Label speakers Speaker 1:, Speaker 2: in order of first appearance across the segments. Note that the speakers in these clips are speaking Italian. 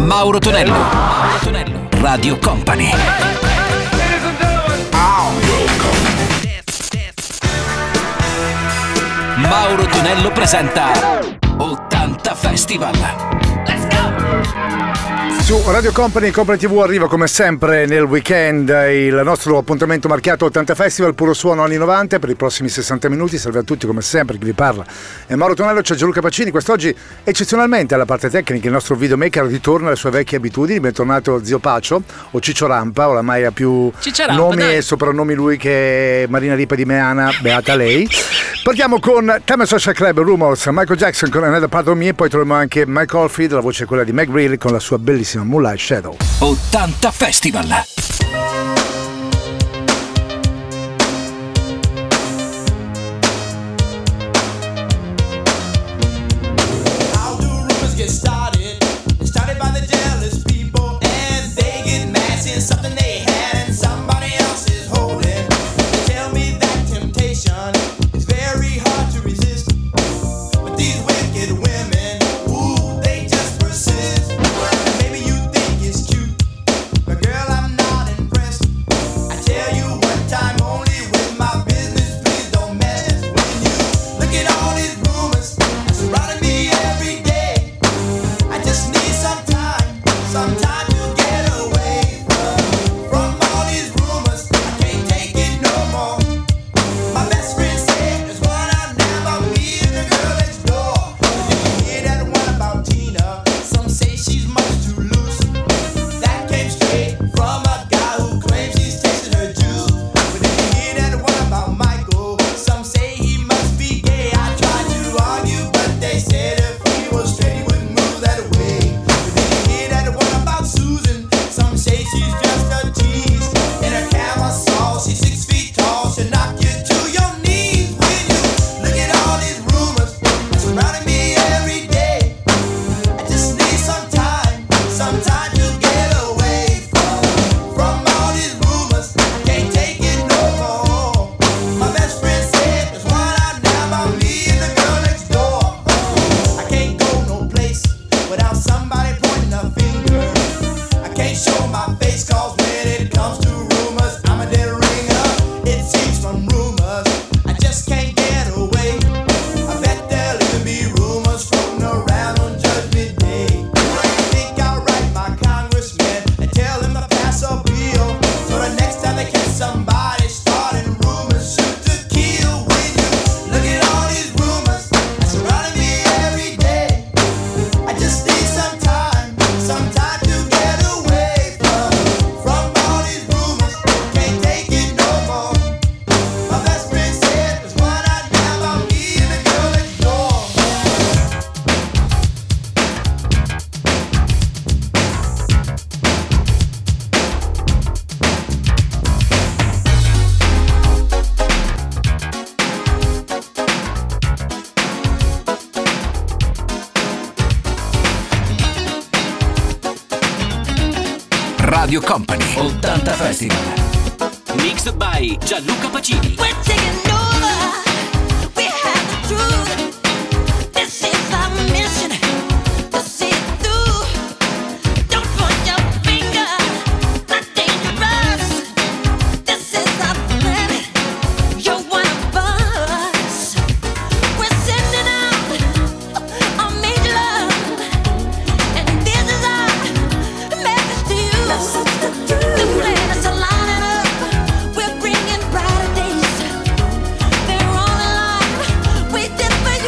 Speaker 1: Mauro Tonello. Mauro Tonello. Radio Company. Mauro Tonello presenta 80 Festival. Let's go!
Speaker 2: Su Radio Company, Company TV arriva come sempre nel weekend il nostro appuntamento marchiato 80 Festival, puro suono anni 90 per i prossimi 60 minuti. Salve a tutti, come sempre, chi vi parla è Mauro Tonello, c'è Gianluca Pacini. Quest'oggi eccezionalmente alla parte tecnica il nostro videomaker ritorna alle sue vecchie abitudini. Bentornato zio Pacio o Ciccio Rampa, oramai ha più nomi e soprannomi lui che Marina Ripa di Meana, beata lei. Partiamo con Time Social Club, Rumors, Michael Jackson con Another Part of Me, e poi troviamo anche Mike Oldfield, la voce è quella di Meg Reilly con la sua bellissima Moonlight Shadow.
Speaker 1: 80 Festival. Radio Company 80 Festival. Mixed by Gianluca Pacini.
Speaker 3: We're taking over. We have the truth. This is our mission. To see it through. Don't point your finger. Not dangerous. This is our planet. You're one of us. We're sending out our major love. And this is our message to you. The planets are lining up. We're bringing brighter days. They're all alive, waiting for you.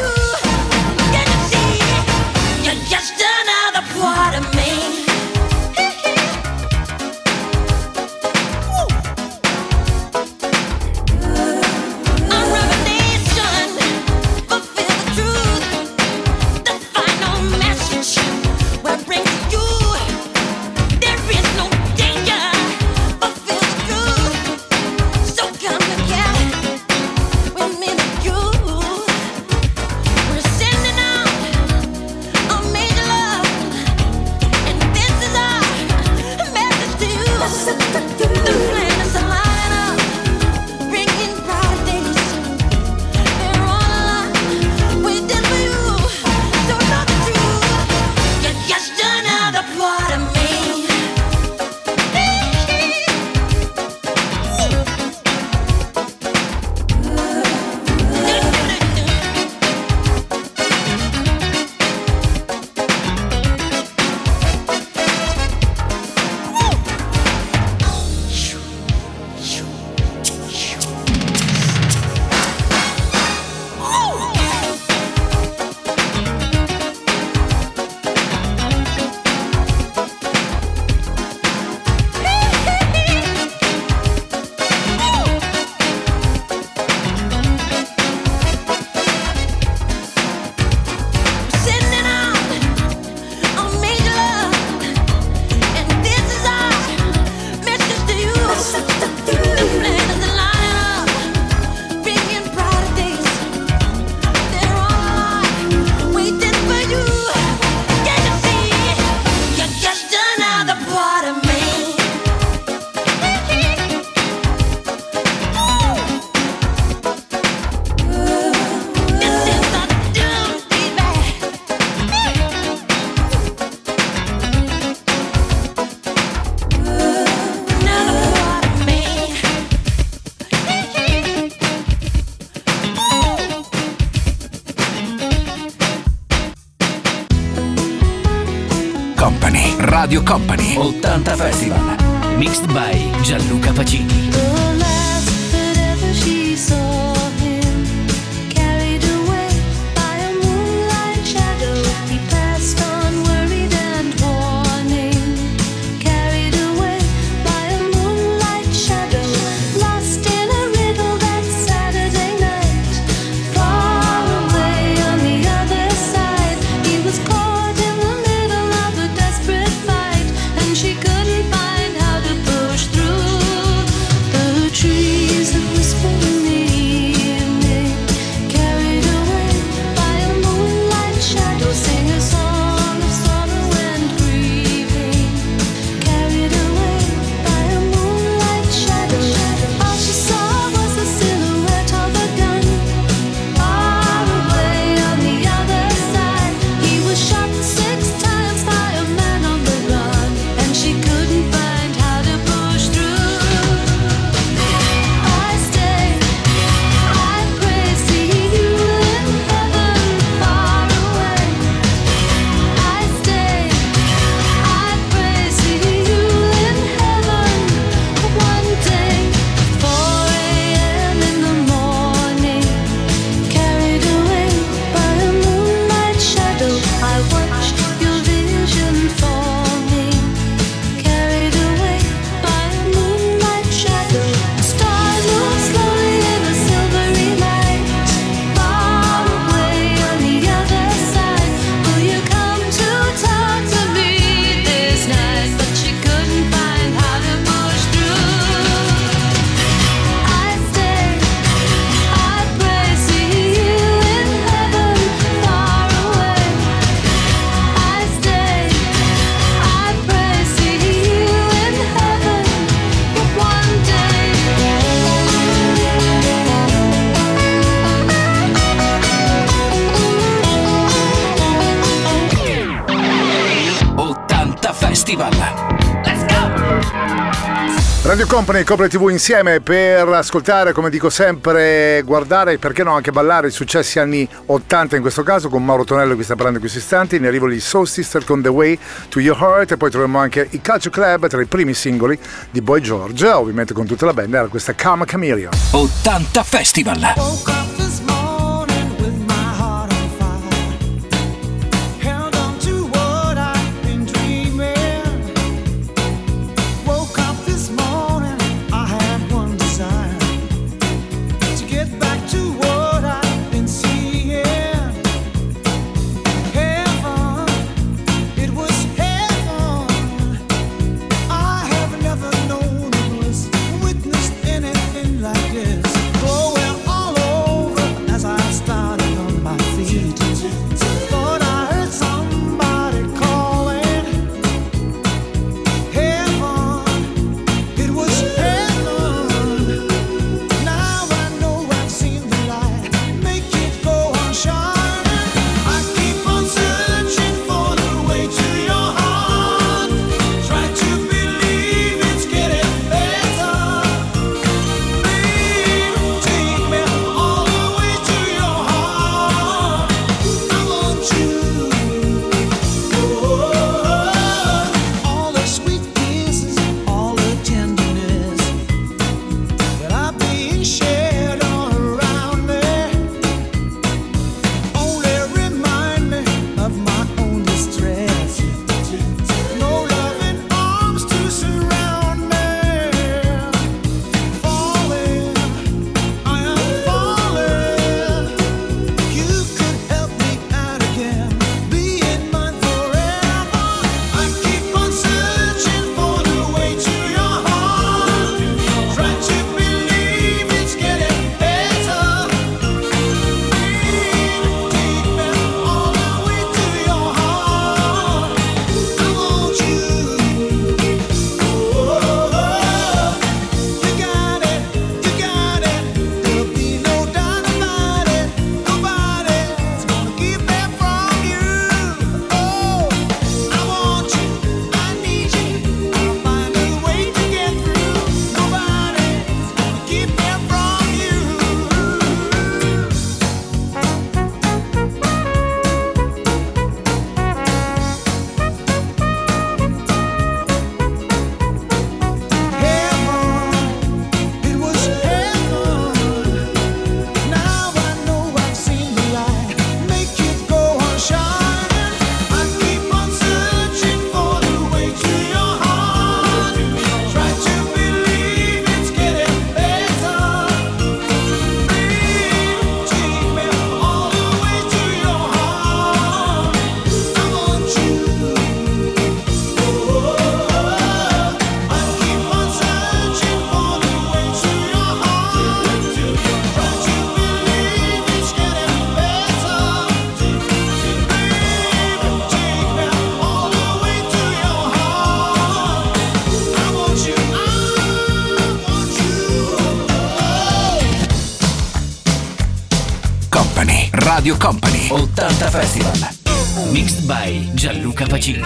Speaker 1: Company, Radio Company, 80 Festival. Mixed by Gianluca Pacini.
Speaker 2: Radio Company e Copre TV insieme per ascoltare, come dico sempre, guardare e perché no anche ballare i successi anni 80, in questo caso con Mauro Tonello che sta parlando in questi istanti. Ne arrivano gli Soul Sister con The Way to Your Heart e poi troviamo anche i Culture Club tra i primi singoli di Boy George, ovviamente con tutta la band, era questa Karma Chameleon.
Speaker 1: 80 Festival.
Speaker 4: Going all over
Speaker 1: Radio Company 80 Festival. Mixed by Gianluca Pacini.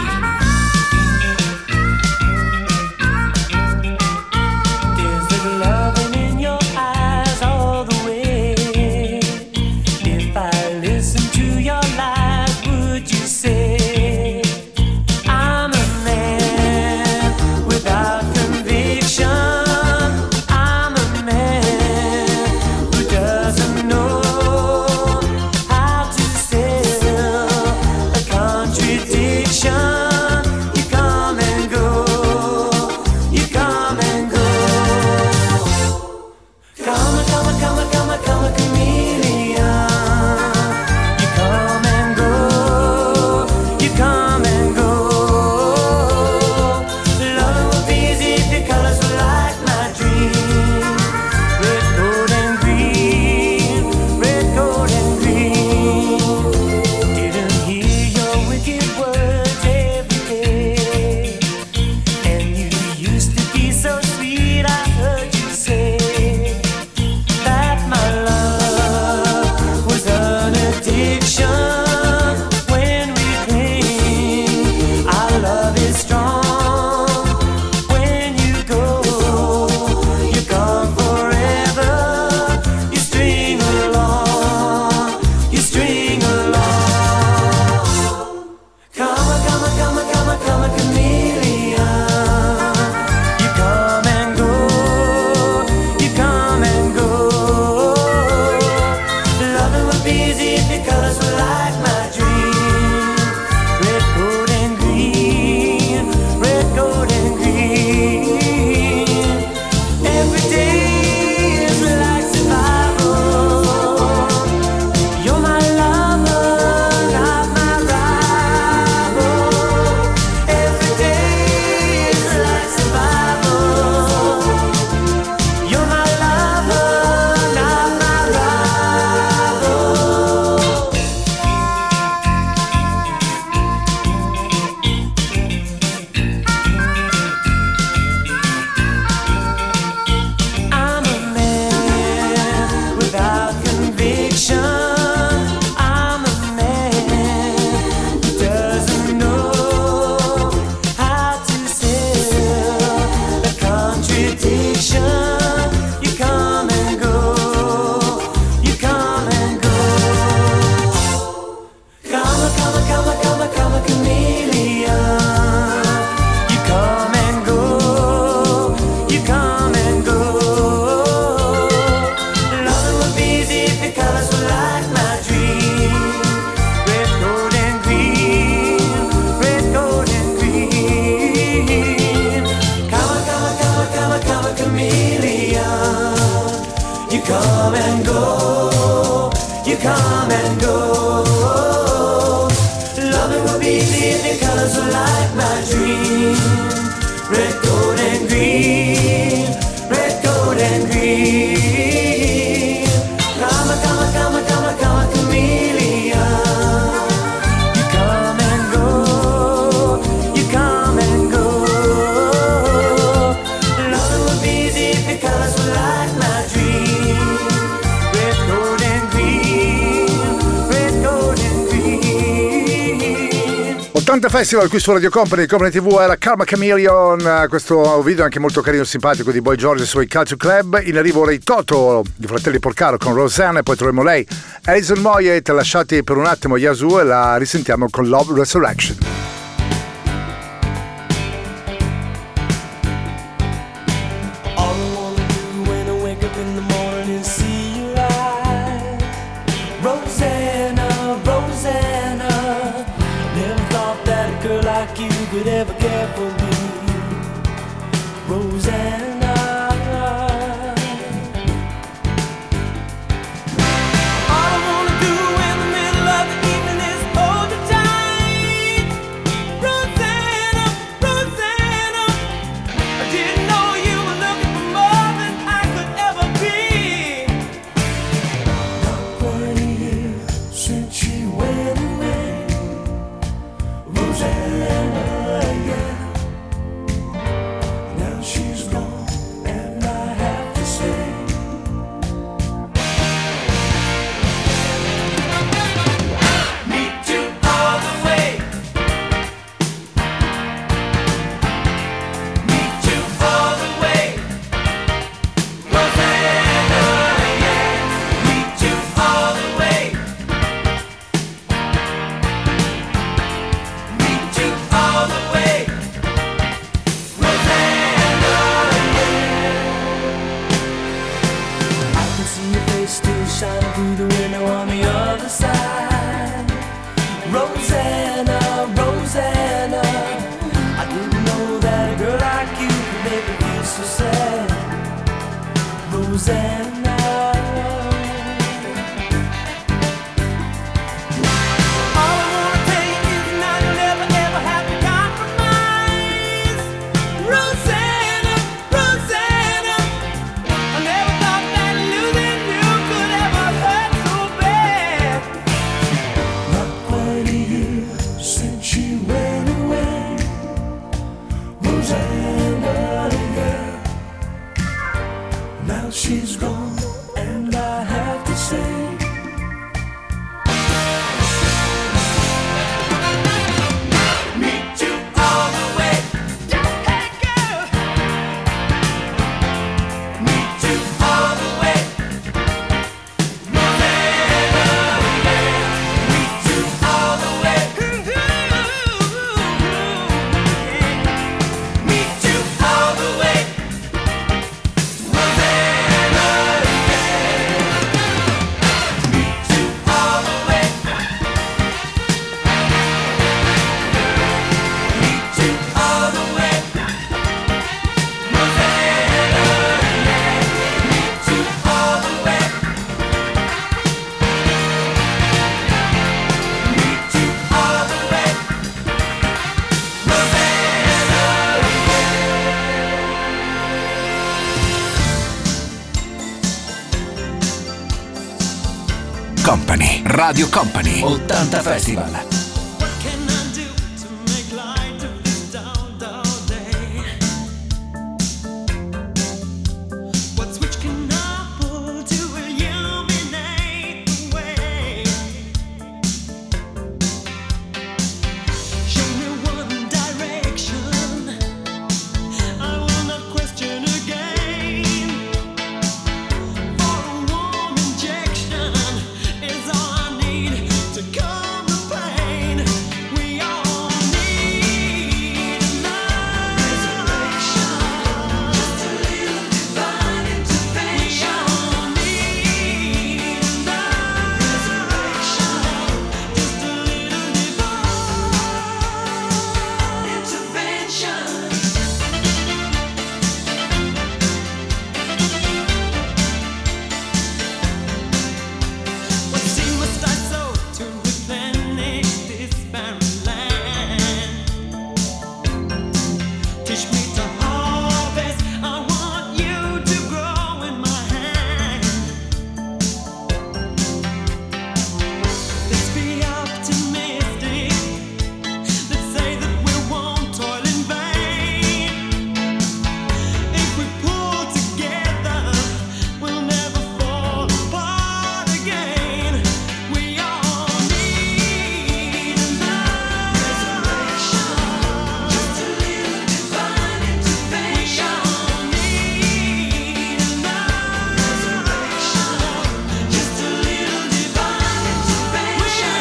Speaker 2: Festival qui su Radio Company TV era Karma Chameleon, questo video anche molto carino e simpatico di Boy George sui Culture Club. In arrivo Ray Toto di Fratelli Porcaro con Rosanna e poi troveremo lei Alison Moyet, lasciati per un attimo Yazoo e la risentiamo con Love Resurrection.
Speaker 4: Could ever care for me, Rosanna. All I wanna do in the middle of the evening is hold you tight, Rosanna, Rosanna. I didn't know you were looking for more than I could ever be. Not quite a year since she went away, Rosanna. Now she's gone. Rosanna. All I wanna tell you is now you'll never ever have to compromise. Rosanna, Rosanna, I never thought that losing you could ever hurt so bad. Not quite a year since she went away, Rosanna, yeah. Now she's gone, and I have to say, meet you all the way. Hey girl, meet you all the way. Rosanna, meet you all the way. Meet you all the way.
Speaker 1: Company, Radio Company, 80 Festival.
Speaker 4: What can I do to make light of this dull, dull day? What switch can I pull to illuminate the way? Show me one direction, I will not question again. For a warm injection is all I need to calm the pain. We all need love. Resurrection, just a little divine intervention. We all need love. Resurrection, just a little divine intervention. What seed must I sow to replenish this barren land? Teach me to harvest. I want you to grow in my hand. Let's be optimistic. Let's say that we won't toil in vain. If we pull together, we'll never fall apart again. We all need love. Resurrection, just a little divine intervention. We all need love. Resurrection, just a little divine intervention.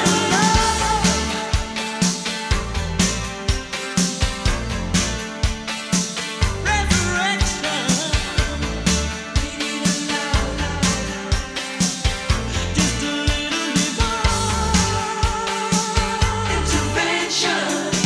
Speaker 4: Just a little divine intervention.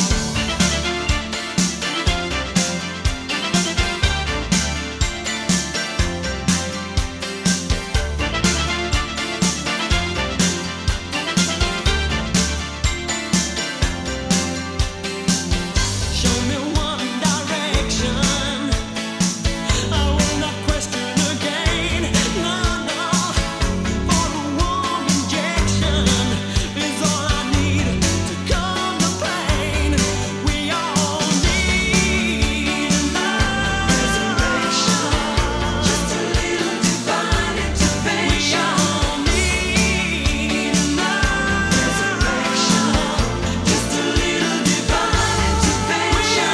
Speaker 4: Show me one direction, I will not question again. No, no, for a warm injection is all I need to calm the pain. We all need love. Resurrection, just a little divine intervention. We all need love. Resurrection, just a little divine intervention.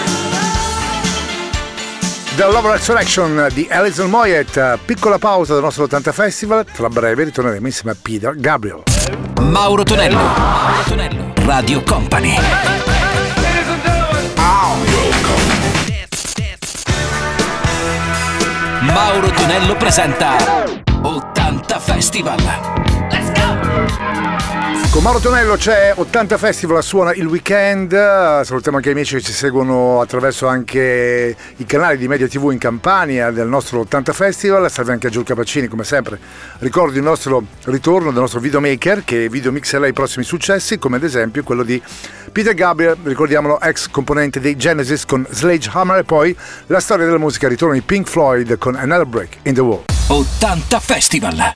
Speaker 2: The Love Resurrection di Alison Moyet. Piccola pausa del nostro 80 Festival. Tra breve ritorneremo insieme a Peter Gabriel.
Speaker 1: Mauro Tonello, Mauro Tonello, Radio Company. Mauro Tonello presenta 80 Festival. Let's go!
Speaker 2: Con Mauro Tonello c'è 80 Festival, suona il weekend. Salutiamo anche gli amici che ci seguono attraverso anche i canali di Media TV in Campania del nostro 80 Festival. Salve anche a Giulio Capacini, come sempre. Ricordo il nostro ritorno del nostro videomaker che videomixerà i prossimi successi, come ad esempio quello di Peter Gabriel, ricordiamolo, ex componente dei Genesis con Sledgehammer, e poi la storia della musica, ritorno di Pink Floyd con Another Break in the Wall.
Speaker 1: 80 Festival.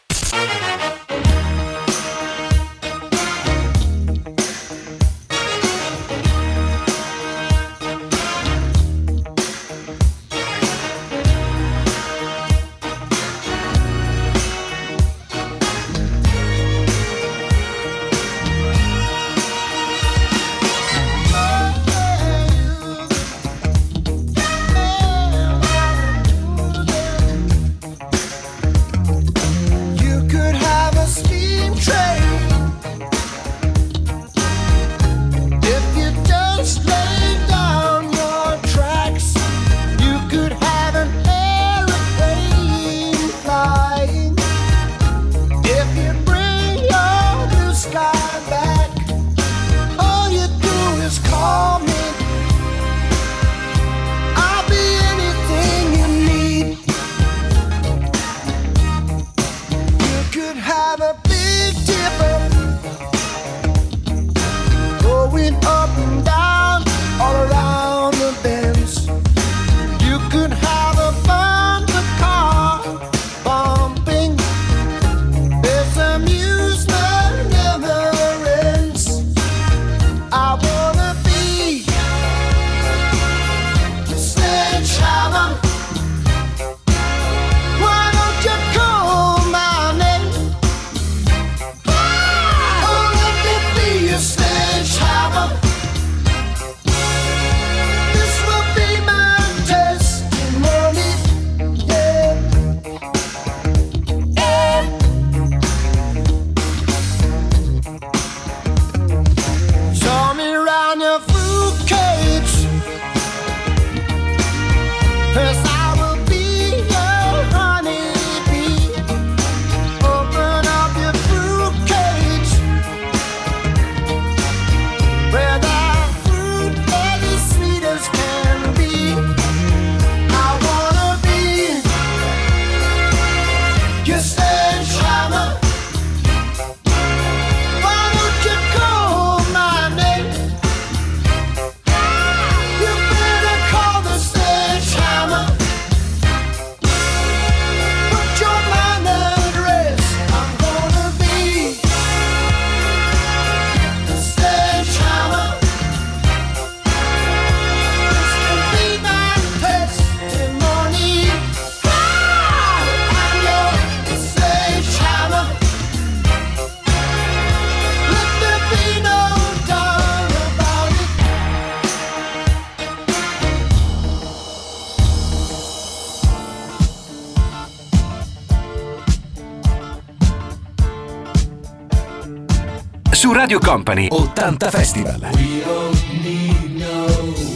Speaker 1: Su Radio Company 80 Festival.
Speaker 4: We don't need no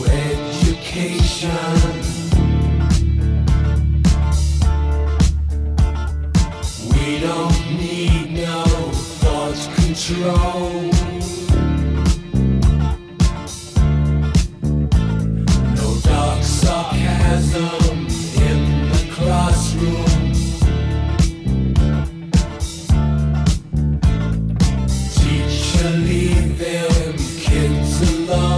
Speaker 4: education. We don't need no thought control. No dark sarcasm in the classroom. Leave them kids alone.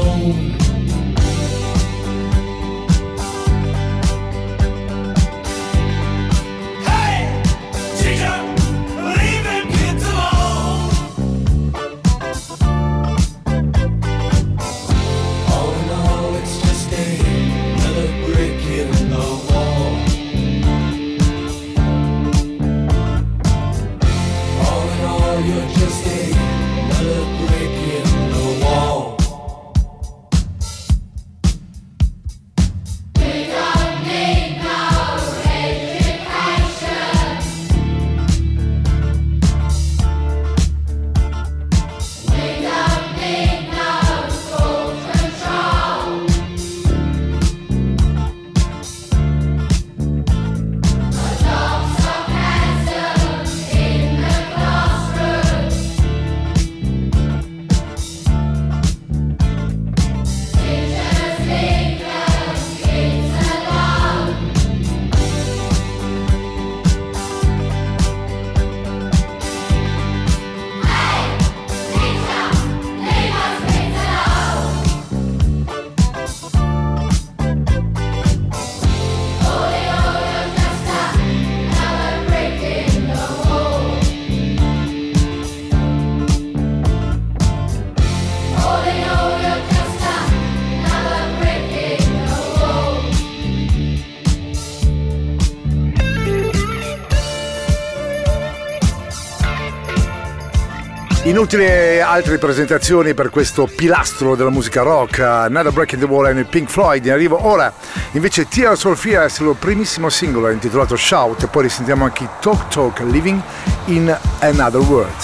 Speaker 2: Inutili altre presentazioni per questo pilastro della musica rock. Another Break in the Wall e Pink Floyd. In arrivo ora invece Tears for Fears, il loro primissimo singolo intitolato Shout, e poi risentiamo anche Talk Talk Living in Another World.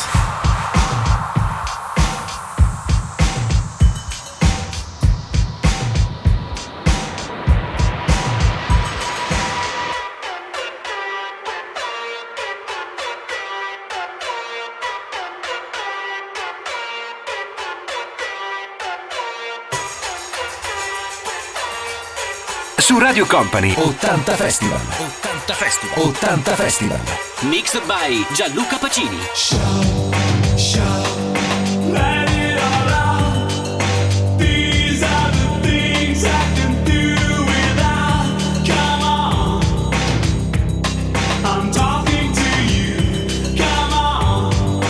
Speaker 1: Su Radio Company 80 Festival. 80 Festival. 80 Festival. Mixed by Gianluca Pacini.
Speaker 4: Let it all out. These are the things I can do without. Come on, I'm talking to you. Come on,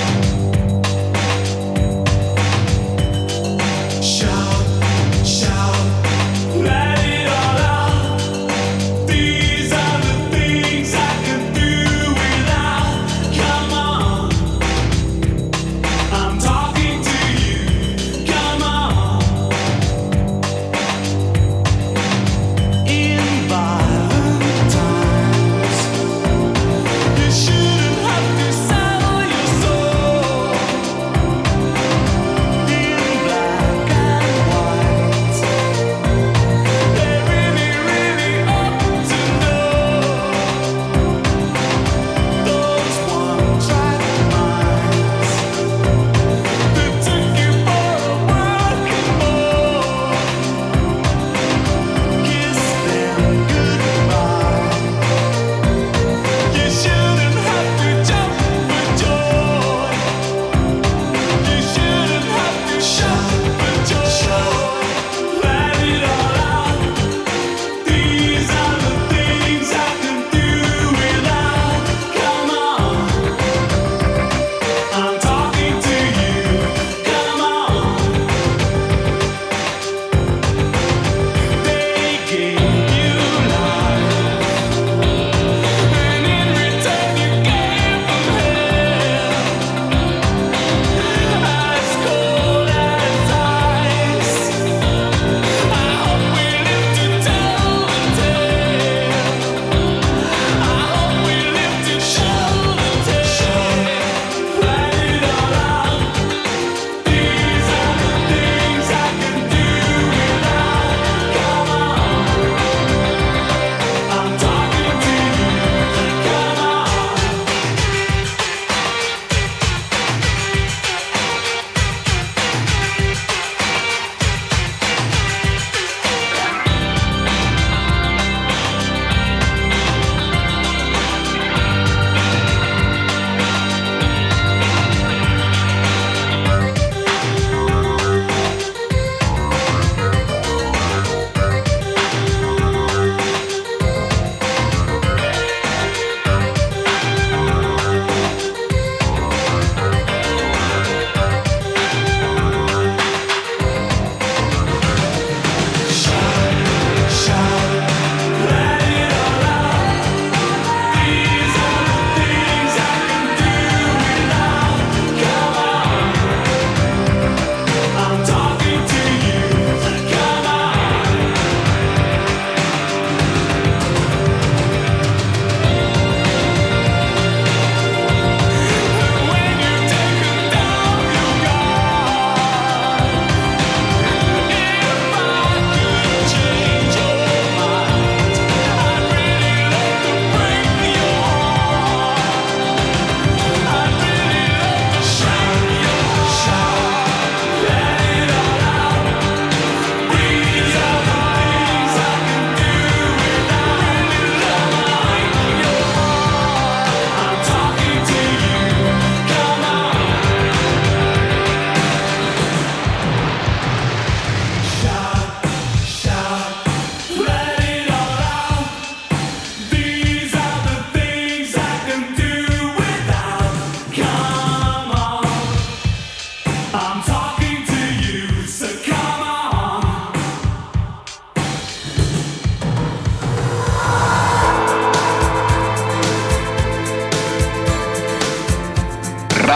Speaker 4: shout, shout. Let it all out. These are the things I can do without. Come on.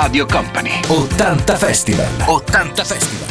Speaker 1: Radio Company. 80 Festival. 80 Festival.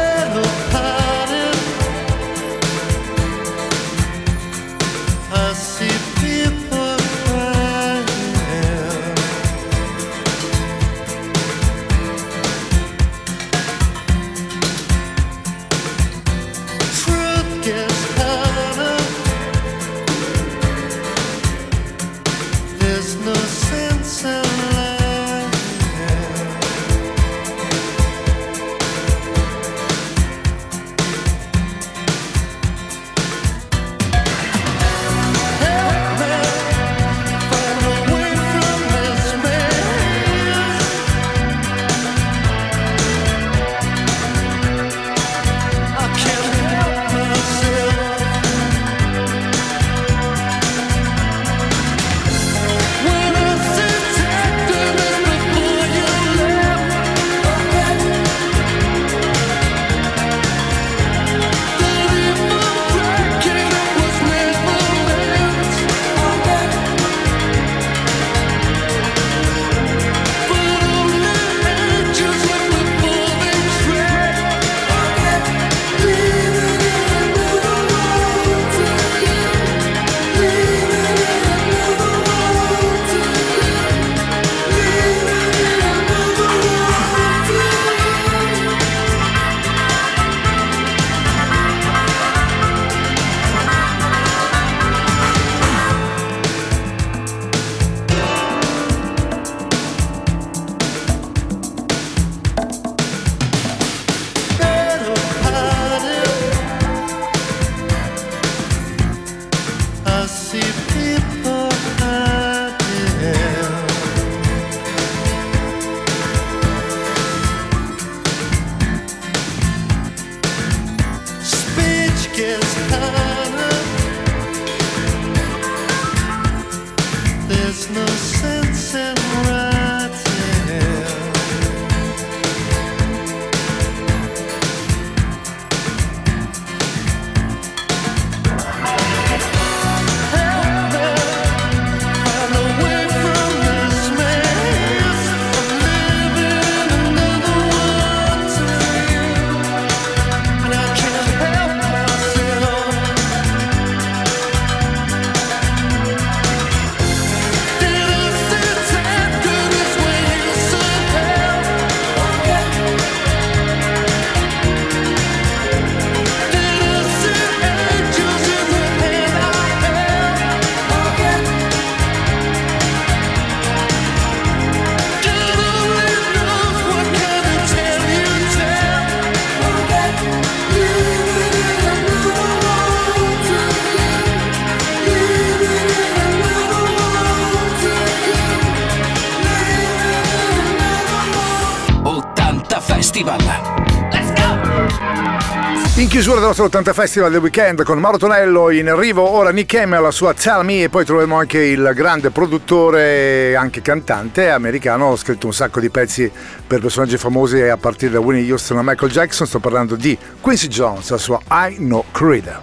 Speaker 2: In chiusura del nostro 80 Festival del weekend con Mauro Tonello, in arrivo ora Nick Hammer, la sua Tell Me, e poi troveremo anche il grande produttore e anche cantante americano. Ha scritto un sacco di pezzi per personaggi famosi a partire da Whitney Houston a Michael Jackson. Sto parlando di Quincy Jones, la sua I Know Creed.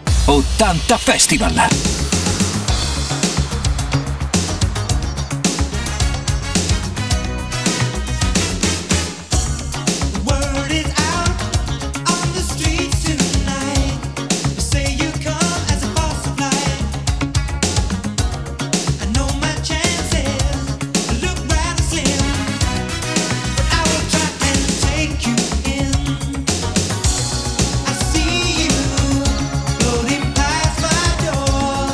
Speaker 1: 80 Festival.
Speaker 5: Floating past my door.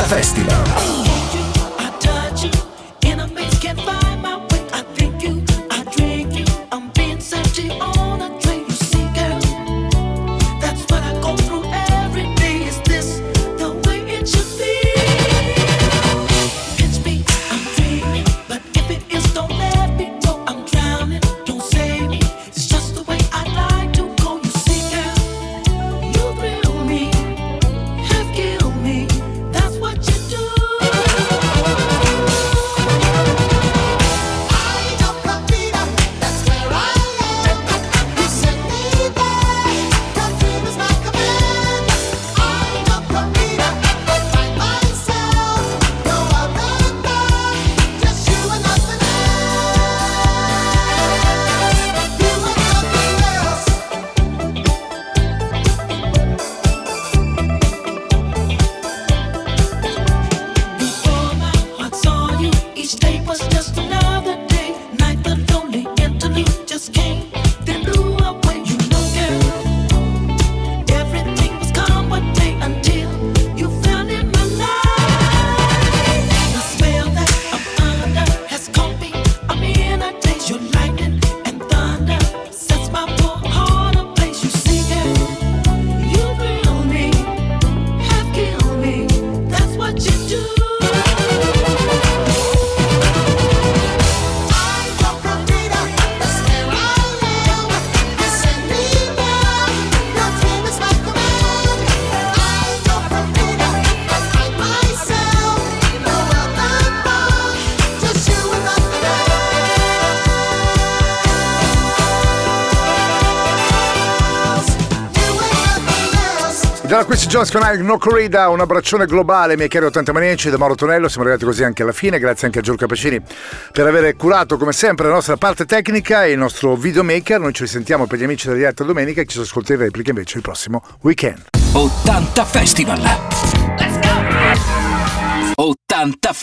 Speaker 1: Festival.
Speaker 3: I touch you, enemies can't find my way. I think you, I drink you. I'm being empty on a train. You see, girl, that's what I go through every day. Is this the way it should be? Pinch me, I'm dreaming, but if it is, don't let me go. I'm drowning, don't save me. It's just the way I like to go. You see, girl, you thrill me, have killed me. That's what you do. Before my heart saw you, each day was just another day. Night the lonely interlude just came, then blew away. You know, girl, everything was calm one day until you fell in my life. The spell that I'm under has caught me. I'm in a daze. Your lightning and thunder sets my poor heart ablaze. You see, girl, you thrill me, have killed me. That's what you do.
Speaker 2: Dalla Quincy Jones con I No Corrida, un abbraccione globale, miei cari 80 maniaci, da Mauro Tonello. Siamo arrivati così anche alla fine, grazie anche a Giorgio Capacini per aver curato come sempre la nostra parte tecnica e il nostro videomaker. Noi ci risentiamo per gli amici della diretta domenica e ci ascolteremo in replica invece il prossimo weekend.
Speaker 1: 80 Festival. Let's go! 80